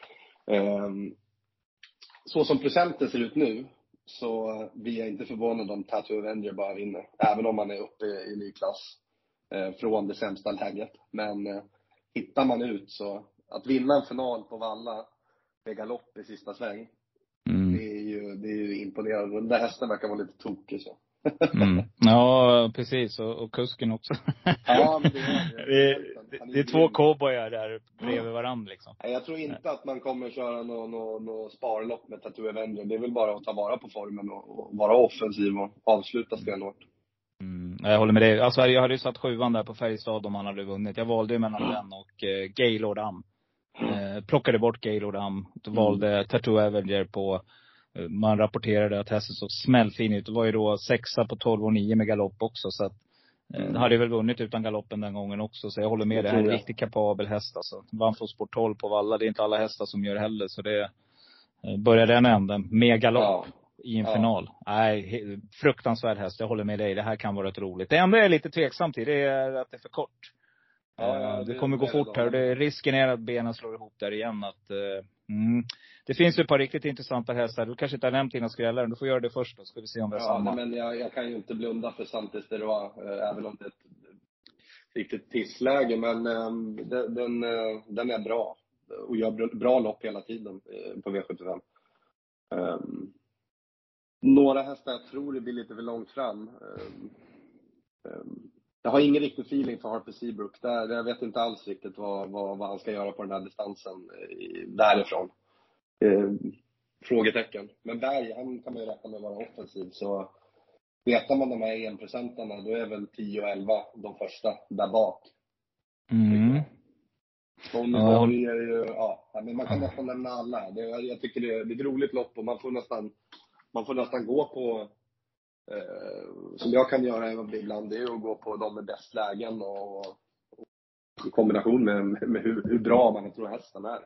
Så som procenten ser ut nu, så blir jag inte förvånad om Tattoo Avenger bara vinner. Även om man är uppe i ny klass från det sämsta läget. Men hittar man ut så att vinna en final på Valla med galopp i sista sväng, det är ju imponerande. Den där hästen verkar vara lite tokig så. Ja, precis. Och kusken också. Ja, men det är två cowboyar där bredvid varandra liksom. Jag tror inte att man kommer köra någon sparlopp med Tattoo Avenger. Det är väl bara att ta vara på formen och vara offensiv och avsluta stenhårt. Jag håller med dig. Alltså jag hade ju satt 7an där på Färjestad om han hade vunnit. Jag valde ju mellan den och Gaylord Am. Plockade bort Gaylord Am. Valde Tattoo Avenger på... Man rapporterade att hästen såg smällfin ut. Det var ju då 6 på 12,9 med galopp också. Så att det hade väl vunnit utan galoppen den gången också. Så jag håller med. Det här är en riktigt kapabel häst alltså. Vann från sport 12 på Valla. Det är inte alla hästar som gör heller. Så det börjar den änden med galopp i en final. Nej, fruktansvärd häst. Jag håller med dig. Det här kan vara rätt roligt. Det enda jag är lite tveksam till, det är att det är för kort. Det kommer gå fort här. Risken är att benen slår ihop där igen. Det finns ju ett par riktigt intressanta hästar. Du kanske inte har nämnt dina skrällar. Du får göra det först då. Ska vi se om det är samma. Men jag kan ju inte blunda för Santis Deroa. Även om det är ett riktigt pissläge. Men den är bra. Och gör bra lopp hela tiden på V75. Några hästar jag tror det blir lite för långt fram. Jag har ingen riktig feeling för Harper Seabrook. Jag vet inte alls riktigt vad han ska göra på den här distansen därifrån. Frågetecken. Men Berg, han kan man ju räkna med att vara offensiv. Så Vetar man de här 1%, då är väl 10 och 11 de första där bak. Mm. Bonnie Boy är ju, men man kan nästan nämna alla. Jag tycker det är ett roligt lopp och man får nästan gå på, som jag kan göra ibland, det är att gå på de med bäst lägen och i kombination med hur bra man tror hästen är.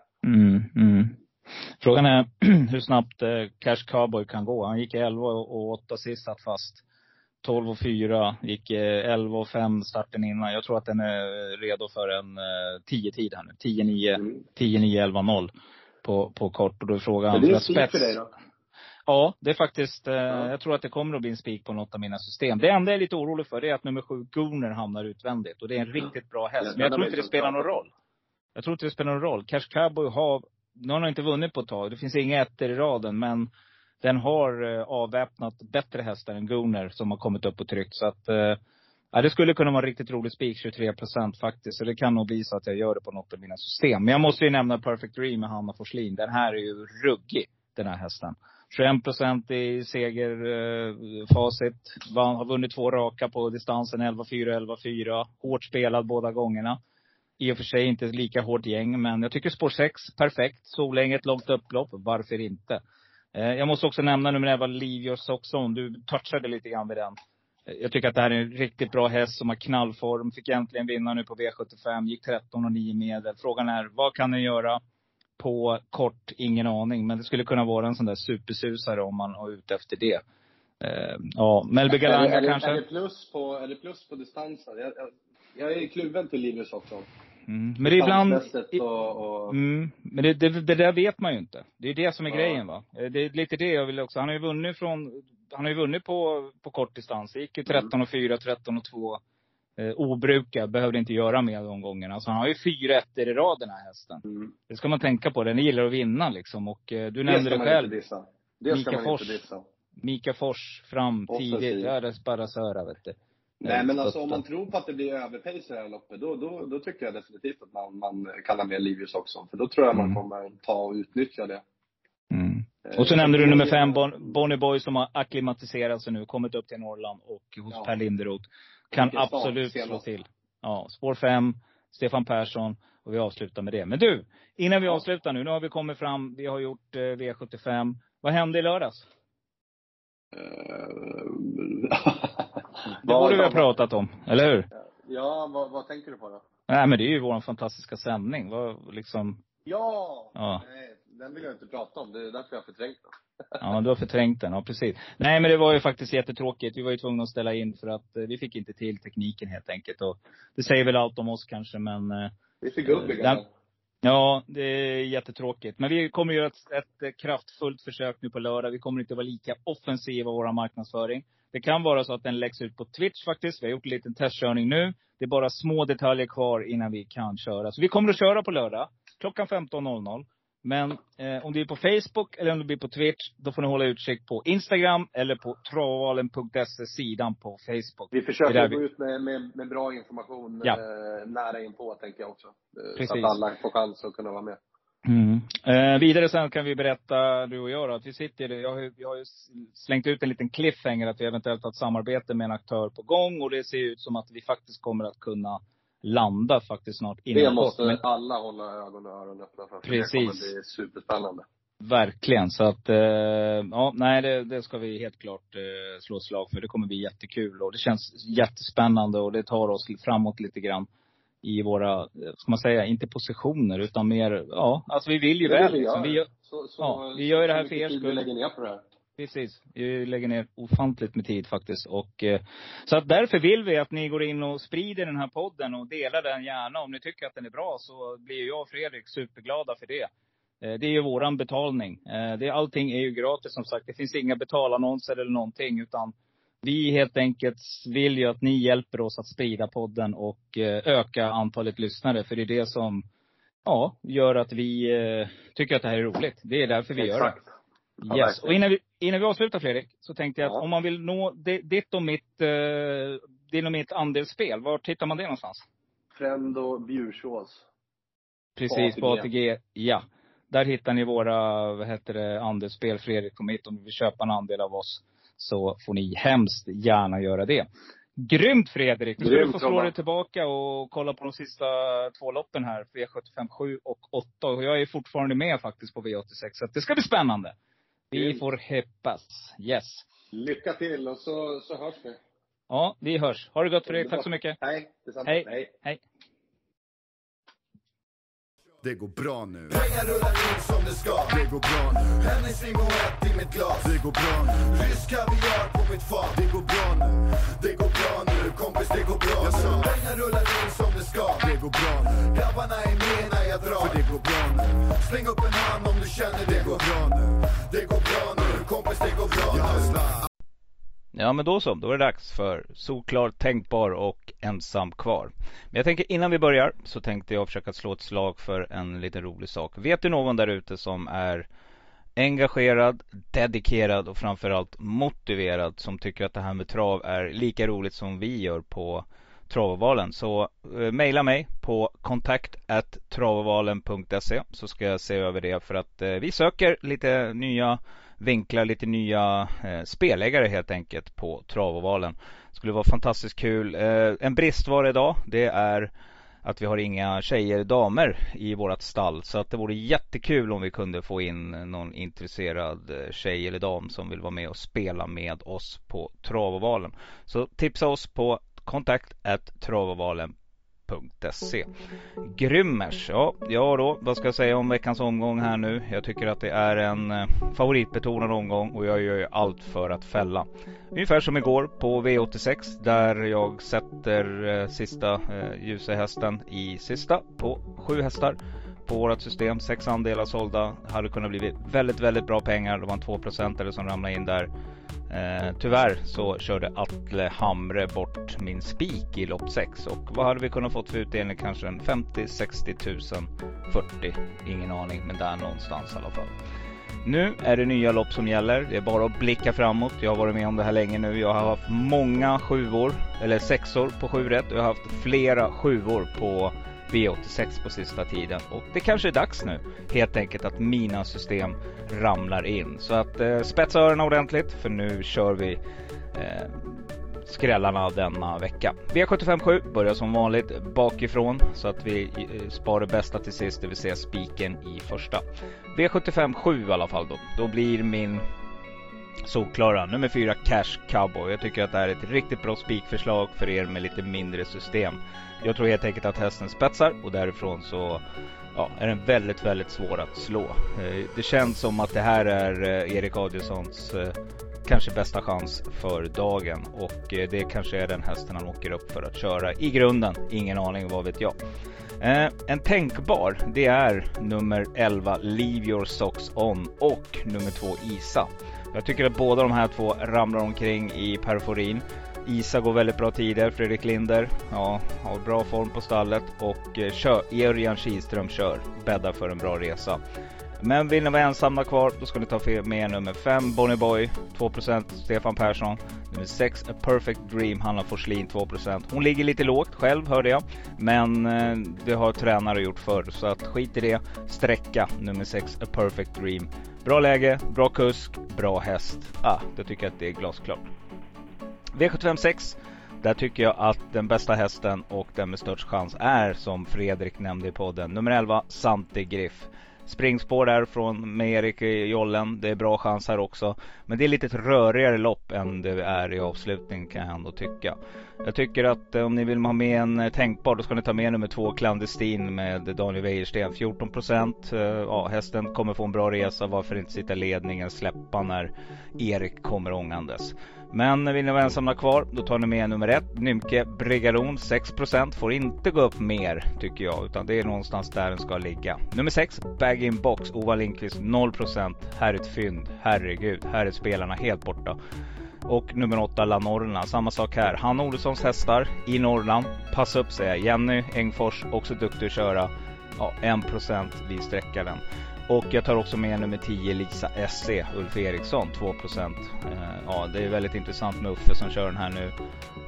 Frågan är hur snabbt Cash Cowboy kan gå. Han gick 11 och 8 sist, satt fast. 12 och 4, gick 11 och 5 starten innan. Jag tror att den är redo för en 10-tid här nu. 10-9, 11-0 på kort. Och då är frågan... Men det är en spik för dig då? Ja, det är faktiskt, jag tror att det kommer att bli en spik på något av mina system. Det enda jag är lite orolig för, det är att nummer 7 Gunner hamnar utvändigt. Och det är en riktigt bra häst. Men jag tror inte det spelar någon roll. Cash Cowboy har, nu har han inte vunnit på ett tag. Det finns inga ettor i raden, men den har avväpnat bättre hästar än Gunner som har kommit upp och tryckt. Så att, det skulle kunna vara en riktigt rolig spik, 23% faktiskt. Så det kan nog bli så att jag gör det på något av mina system. Men jag måste ju nämna Perfect Dream med Hanna Forslin. Den här är ju ruggig, den här hästen. 21% i segerfacit. Har vunnit 2 raka på distansen 11-4, 11-4. Hårt spelad båda gångerna. I och för sig inte lika hårt gäng. Men jag tycker spår 6, perfekt. Solänge, ett långt upplopp. Varför inte? Jag måste också nämna nummer 11, Leave Your Socks On. Du touchade lite grann vid den. Jag tycker att det här är en riktigt bra häst som har knallform. Fick äntligen vinna nu på V75. Gick 13 och 9 medel. Frågan är, vad kan den göra på kort? Ingen aning. Men det skulle kunna vara en sån där supersusare om man är ute efter det. Melby Galanga kanske. Är det plus på distansen? Jag är kluven till Leave Your Socks On. Men det är ibland... men det där vet man ju inte. Det är det som är grejen, va. Det är lite det jag vill också. Han har ju vunnit på kort distans. Det gick ju 13 och 4, 13 och 2. Obrukad, behövde inte göra mer de gångerna. Så han har ju 4 ettor i rad, den här hästen. Det ska man tänka på. Den gillar att vinna liksom. Och du nämnde det själv. Det ska man inte dissa. Mika Fors fram tidigt. Ja, det är bara söra, vet du. Nej, men alltså om man tror på att det blir överpace i det här loppet, då tycker jag definitivt att man kan ha med Leave Your Socks On. För då tror jag man kommer ta och utnyttja det. Och så nämnde du nummer 5, Bonnie Boy, som har akklimatiserat sig nu. Kommit upp till Norrland och hos Per Linderoth. Kan absolut slå till. Ja, spår 5, Stefan Persson. Och vi avslutar med det. Men du, innan vi avslutar nu har vi kommit fram. Vi har gjort V75. Vad hände i lördags? Det borde vi ha pratat om, eller hur? Ja, vad tänker du på då? Nej, men det är ju vår fantastiska sändning. Liksom... Ja. Nej, den vill jag inte prata om. Det är därför jag har förträngt den. Ja, du har förträngt den, ja precis. Nej, men det var ju faktiskt jättetråkigt. Vi var ju tvungna att ställa in för att vi fick inte till tekniken helt enkelt. Och det säger väl allt om oss kanske, men... Vi är för gubbiga. Ja, det är jättetråkigt. Men vi kommer göra ett kraftfullt försök nu på lördag. Vi kommer inte vara lika offensiva i vår marknadsföring. Det kan vara så att den läggs ut på Twitch faktiskt. Vi har gjort en liten testkörning nu. Det är bara små detaljer kvar innan vi kan köra. Så vi kommer att köra på lördag klockan 15.00. Men om det är på Facebook eller om det blir på Twitch, då får ni hålla utkik på Instagram eller på travalen.se-sidan på Facebook. Vi försöker gå ut med bra information nära in på, tänker jag också. Så att alla får chans att kunna vara med. Vidare sen kan vi berätta, du och jag då, att vi sitter, jag har ju slängt ut en liten cliffhanger att vi eventuellt har ett samarbete med en aktör på gång. Och det ser ut som att vi faktiskt kommer att kunna landa faktiskt snart innan. Det måste alla hålla ögon och öron öppna för. Precis. Det kommer bli superspännande. Verkligen, så att det ska vi helt klart slå ett slag för. Det kommer bli jättekul och det känns jättespännande och det tar oss framåt lite grann i våra, ska man säga, inte positioner utan mer, alltså vi vill ju väl liksom. Vi gör det här för er skull. Vi lägger ner på det här. Precis, vi lägger ner ofantligt med tid faktiskt. Och, så att därför vill vi att ni går in och sprider den här podden och delar den gärna. Om ni tycker att den är bra så blir jag och Fredrik superglada för det. Det är ju våran betalning. Allting är ju gratis som sagt. Det finns inga betalannonser eller någonting. Utan vi helt enkelt vill ju att ni hjälper oss att sprida podden och öka antalet lyssnare. För det är det som gör att vi tycker att det här är roligt. Det är därför vi gör det. Yes. Och innan vi avslutar, Fredrik, så tänkte jag att om man vill nå ditt och mitt andelsspel, var tittar man det någonstans? Frendo Bjursås. Precis, på ATG. Ja. Där hittar ni våra andelsspel. Fredrik, kom hit om du vill köpa en andel av oss. så får ni hemskt gärna göra det. Grymt Fredrik, nu ska du få slå dig tillbaka och kolla på de sista 2 loppen här. V75 7 och 8. Och jag är fortfarande med faktiskt på V86. Så det ska bli spännande. Vi får hoppas. Yes. Lycka till och så hörs vi. Ja, vi hörs. Ha det gott Fredrik, tack så mycket. Hej, detsamma. Hej. Det går bra nu. Pengar rullar in som det ska. Det går bra nu. Hennes limonett i mitt glas. Det går bra nu. Rysk kaviar på mitt fat. Det går bra nu. Det går bra nu, kompis, det går bra Jag sa. nu. Pengar rullar in som det ska. Det går bra nu. Grabbarna är med när jag drar. För det går bra nu. Släng upp en hand om du känner det går bra nu. Det går bra nu, kompis, det går bra nu. Ja, men då så. Då är det dags för Solklar, Tänkbar och Ensam kvar. Men jag tänker innan vi börjar så tänkte jag försöka slå ett slag för en liten rolig sak. Vet du någon där ute som är engagerad, dedikerad och framförallt motiverad, som tycker att det här med trav är lika roligt som vi gör på Travovalen, så mejla mig på kontakt@travovalen.se så ska jag se över det, för att vi söker lite nya vinklar, lite nya spelägare helt enkelt på Travovalen. Skulle vara fantastiskt kul. En bristvara idag, det är att vi har inga tjejer, damer i vårat stall, så att det vore jättekul om vi kunde få in någon intresserad tjej eller dam som vill vara med och spela med oss på Travovalen. Så tipsa oss på kontakt@travovalen.se. Grymmers, ja då, vad ska jag säga om veckans omgång här nu? Jag tycker att det är en favoritbetonad omgång och jag gör ju allt för att fälla. Ungefär som igår på V86 där jag sätter sista ljusa hästen i sista på 7 hästar på vårt system. 6 andelar sålda, hade kunnat bli väldigt, väldigt bra pengar. Det var en 2% som ramlade in där. Tyvärr så körde Atle Hamre bort min spik i lopp 6. Och vad hade vi kunnat fått för utdelning? Kanske en 50, 60 tusen, 40. Ingen aning, men där någonstans i alla fall. Nu är det nya lopp som gäller. Det är bara att blicka framåt. Jag har varit med om det här länge nu. Jag har haft många 7-or eller 6-or på 7 rätt. Och jag har haft flera 7-or på V86 på sista tiden. Och det kanske är dags nu helt enkelt att mina system ramlar in. Så att spetsa öronen ordentligt, för nu kör vi skrällarna denna vecka. V75-7 börjar som vanligt bakifrån så att vi sparar bästa till sist, det vill säga spiken i första. V75-7 i alla fall då. Då blir min solklara nummer 4 Cash Cowboy. Jag tycker att det är ett riktigt bra spikförslag för er med lite mindre system. Jag tror helt enkelt att hästen spetsar och därifrån så är den väldigt, väldigt svår att slå. Det känns som att det här är Erik Adielssons kanske bästa chans för dagen, och det kanske är den hästen han åker upp för att köra i grunden. Ingen aning, vad vet jag. En tänkbar, det är nummer 11 Leave Your Socks On och nummer 2 Isa. Jag tycker att båda de här två ramlar omkring i perforin. Isa går väldigt bra tider, Fredrik Linder har bra form på stallet, och Örjan Kihlström kör, bäddar för en bra resa. Men vill ni vara ensamma kvar, då ska ni ta med nummer 5 Bonnie Boy 2%, Stefan Persson. Nummer 6 A Perfect Dream, Hanna Forslin 2%. Hon ligger lite lågt själv, hörde jag, men det har tränare gjort förr, så att skit i det. Sträcka nummer 6 A Perfect Dream. Bra läge, bra kusk, bra häst. Det tycker jag att det är glasklart. V75-6, där tycker jag att den bästa hästen och den med störst chans är, som Fredrik nämnde i podden, nummer 11 Sante Griff. Springspår där från med Erik i jollen. Det är bra chans här också. Men det är lite ett rörigare lopp än det är i avslutningen, kan jag ändå tycka. Jag tycker att om ni vill ha med en tänkbar, då ska ni ta med nummer 2 Clandestin med Daniel Wäjersten 14%. Hästen kommer få en bra resa. Varför inte sitta i ledningen, släppa när Erik kommer ångandes. Men vill ni vara ensamma kvar, då tar ni med nummer 1 Nymke Brigadon 6%. Får inte gå upp mer, tycker jag, utan det är någonstans där den ska ligga. Nummer 6 Bag In Box Ova Lindqvist 0%. Här är ett fynd, herregud, här är spelarna helt borta. Och nummer 8 La Norrland, samma sak här. Hanna Olssons hästar i Norrland, passa upp sig. Jenny Engfors, också duktig att köra. 1% vid sträckaren. Och jag tar också med nummer 10 Lisa SC Ulf Eriksson 2%. Det är väldigt intressant med Uffe som kör den här nu.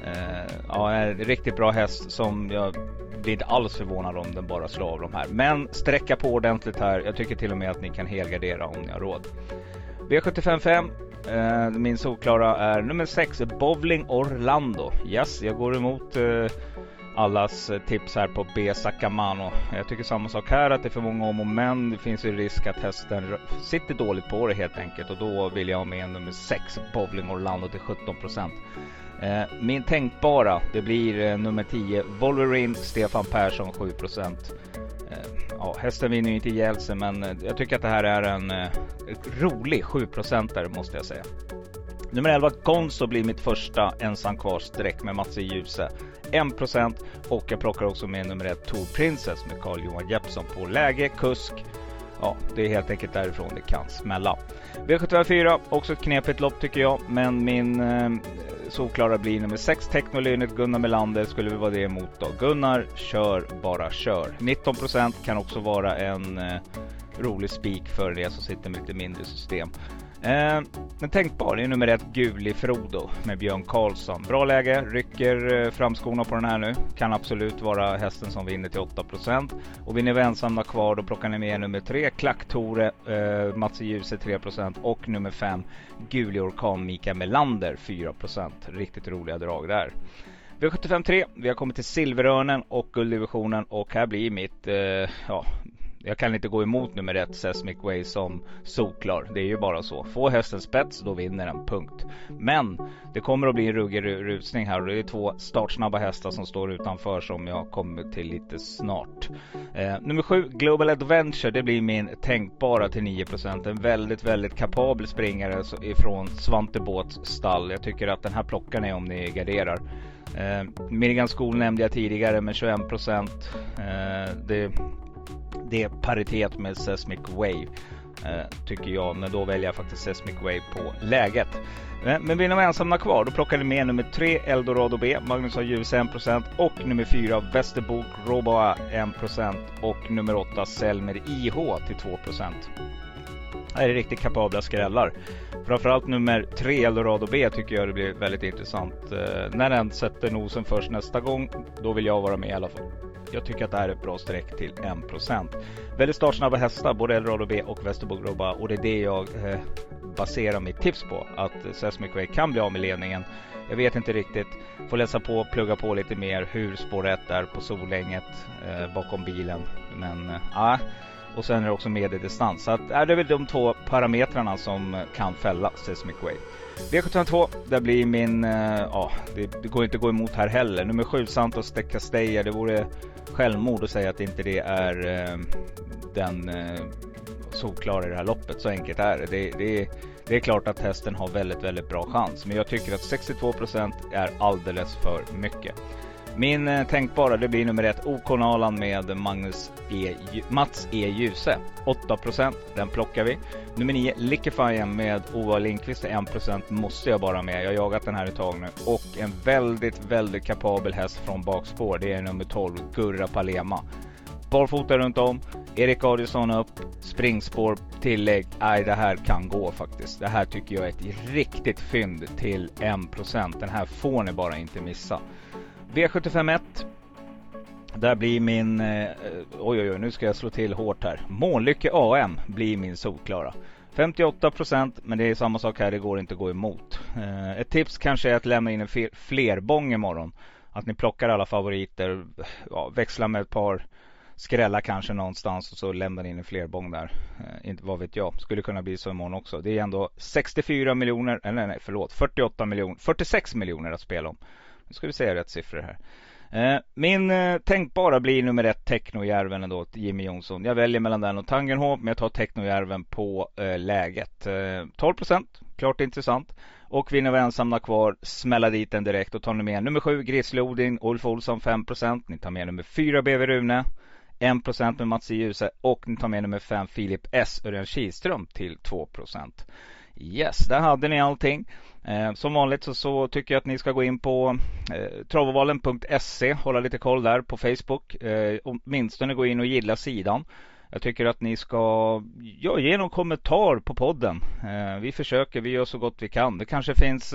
En riktigt bra häst som jag blir inte alls förvånad om den bara slår av de här. Men sträcka på ordentligt här. Jag tycker till och med att ni kan helgardera om ni har råd. V75-5, Min solklara är nummer 6, Bowling Orlando. Yes, jag går emot allas tips här på B Sacamano. Jag tycker samma sak här, att det är för många om och men. Det finns ju risk att hästen sitter dåligt på det helt enkelt. Och då vill jag ha med nummer 6, Bowling Orlando till 17%. Min tänkbara, det blir nummer 10, Wolverine Stefan Persson 7%. Ja, hästen vinner ju inte ihjäl sig, men jag tycker att det här är en rolig 7% måste jag säga. Nummer 11, Gonzo blir mitt första ensam kvar streck med Mats E. Djuse 1%. Och jag plockar också med nummer 1, Tour Princess med Carl-Johan Jeppsson på läge, kusk. Ja, det är helt enkelt därifrån det kan smälla. V74, också ett knepigt lopp tycker jag. Men min solklara blir nummer 6, Technolynet Gunnar Melander. Skulle vi vara det emot då? Gunnar, kör, bara kör. 19% kan också vara en rolig spik för det som sitter med lite mindre system. Men tänkbar är nummer 1, Guli Frodo med Björn Karlsson. Bra läge, rycker framskorna på den här nu. Kan absolut vara hästen som vinner till 8%. Och vinner vi ensamma kvar, då plockar ni med nummer 3, Klacktore, Mats E. Djuse 3%. Och nummer 5, Guli Orkan Mikael Melander 4%. Riktigt roliga drag där. V75-3, vi har kommit till Silverörnen och gulddivisionen. Och här blir mitt, jag kan inte gå emot nummer 1, Sesmic Way som solklar. Det är ju bara så. Få hästen spets, då vinner den, punkt. Men det kommer att bli en ruggig rusning här. Och det är 2 startsnabba hästar som står utanför som jag kommer till lite snart. Nummer 7, Global Adventure. Det blir min tänkbara till 9%. En väldigt, väldigt kapabel springare ifrån Svante Båts stall. Jag tycker att den här plockar ni om ni garderar. Milligan School nämnde jag tidigare med 21%. Det är paritet med Sesmic Wave, tycker jag. Men då väljer jag faktiskt Sesmic Wave på läget. Men blir de ensamma kvar, då plockar ni med nummer 3, Eldorado B, Magnus A. Ljus 1%. Och nummer 4, Västerbok Roboa 1%. Och nummer 8, Selmer IH till 2%. Det är riktigt kapabla skrällar. Framförallt nummer 3, Eldorado B, tycker jag det blir väldigt intressant. När den sätter nosen först nästa gång, då vill jag vara med i alla fall. Jag tycker att det här är ett bra streck till 1%. Väldigt startsnabba hästar, både Eldorado B och Västerbok Roboa. Och det är det jag baserar mitt tips på. Att Sesmic Way kan bli av med ledningen. Jag vet inte riktigt. Får läsa på, plugga på lite mer hur spår 1 är på Solänget bakom bilen. Men och sen är det också medeldistans. Så att, det är väl de 2 parametrarna som kan fälla Sesmic Way. V72, där blir min, det går inte att gå emot här heller. Nummer 7, Santos de Castella. Det vore självmord att säga att inte det är den solklar i det här loppet. Så enkelt är det. Det är klart att hästen har väldigt, väldigt bra chans. Men jag tycker att 62% är alldeles för mycket. Min tänkbara, det blir nummer 1, OK Nalan med Mats E. Djuse 8%, den plockar vi. Nummer 9, Liquefyen med Ova Lindqvist 1%, måste jag bara med. Jag har jagat den här ett tag nu. Och en väldigt, väldigt kapabel häst från bakspår, det är nummer 12, Gurra Palema. Barfota runt om, Erik Adielsson upp, springspår, tillägg. Det här kan gå faktiskt. Det här tycker jag är ett riktigt fynd till 1%. Den här får ni bara inte missa. V75-1. Där blir min nu ska jag slå till hårt här. Månlycke AM blir min solklara. 58%, men det är samma sak här, det går inte att gå emot. Ett tips kanske är att lämna in en flerbång imorgon. Att ni plockar alla favoriter, växlar med ett par skrälla kanske någonstans och så lämnar in en flerbång där. Inte vad vet jag. Skulle kunna bli så imorgon också. Det är ändå 46 miljoner att spela om. Nu ska vi säga rätt siffror här. Min tänkbara blir nummer 1, Technojärven då, Jimmy Jonsson. Jag väljer mellan den och Tangenhov, men jag tar Technojärven på läget. 12%, klart intressant. Och vinner vi ensamma kvar, smälla dit den direkt och tar ni med nummer 7, Grislodin, Ulf Olsson 5%. Ni tar med nummer 4, BV Rune 1% med Mats E. Djuse. Och ni tar med nummer 5, Filip S. Örjan Kihlström till 2%. Yes, där hade ni allting. Som vanligt så tycker jag att ni ska gå in på travavalen.se, hålla lite koll där på Facebook. Åtminstone gå in och gilla sidan. Jag tycker att ni ska ge någon kommentar på podden. Vi gör så gott vi kan. Det kanske finns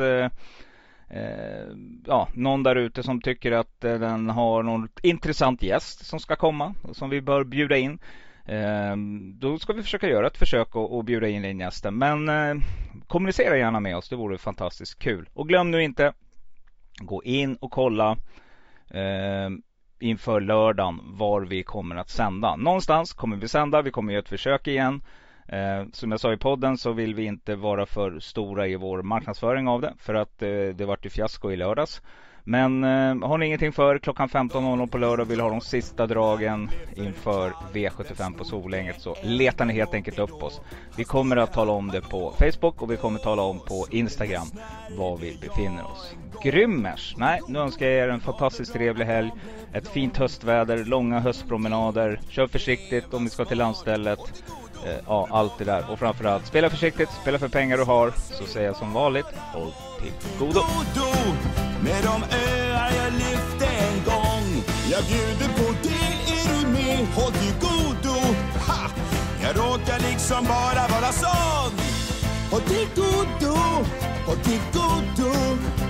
någon där ute som tycker att den har någon intressant gäst som ska komma, som vi bör bjuda in. Då ska vi försöka göra ett försök och bjuda in en gäst. Men kommunicera gärna med oss, det vore fantastiskt kul. Och glöm nu inte, gå in och kolla inför lördagen var vi kommer att sända. Någonstans kommer vi sända, vi kommer göra ett försök igen. Som jag sa i podden så vill vi inte vara för stora i vår marknadsföring av det. För att det vart ju fiasko i lördags. Men har ni ingenting för klockan 15.00 på lördag och vill ha de sista dragen inför V75 på Solänget, så letar ni helt enkelt upp oss. Vi kommer att tala om det på Facebook och vi kommer att tala om på Instagram var vi befinner oss. Grymmers! Nej, nu önskar jag er en fantastiskt trevlig helg. Ett fint höstväder, långa höstpromenader. Kör försiktigt om ni ska till landstället. Ja, allt det där. Och framförallt, spela försiktigt, spela för pengar du har. Så säger jag som vanligt, håll till godo. Med de öar jag lyfte en gång. Jag bjuder på det, är du med? Håll till godo. Ha! Jag råkar liksom bara vara sån. Håll till godo, håll till godo.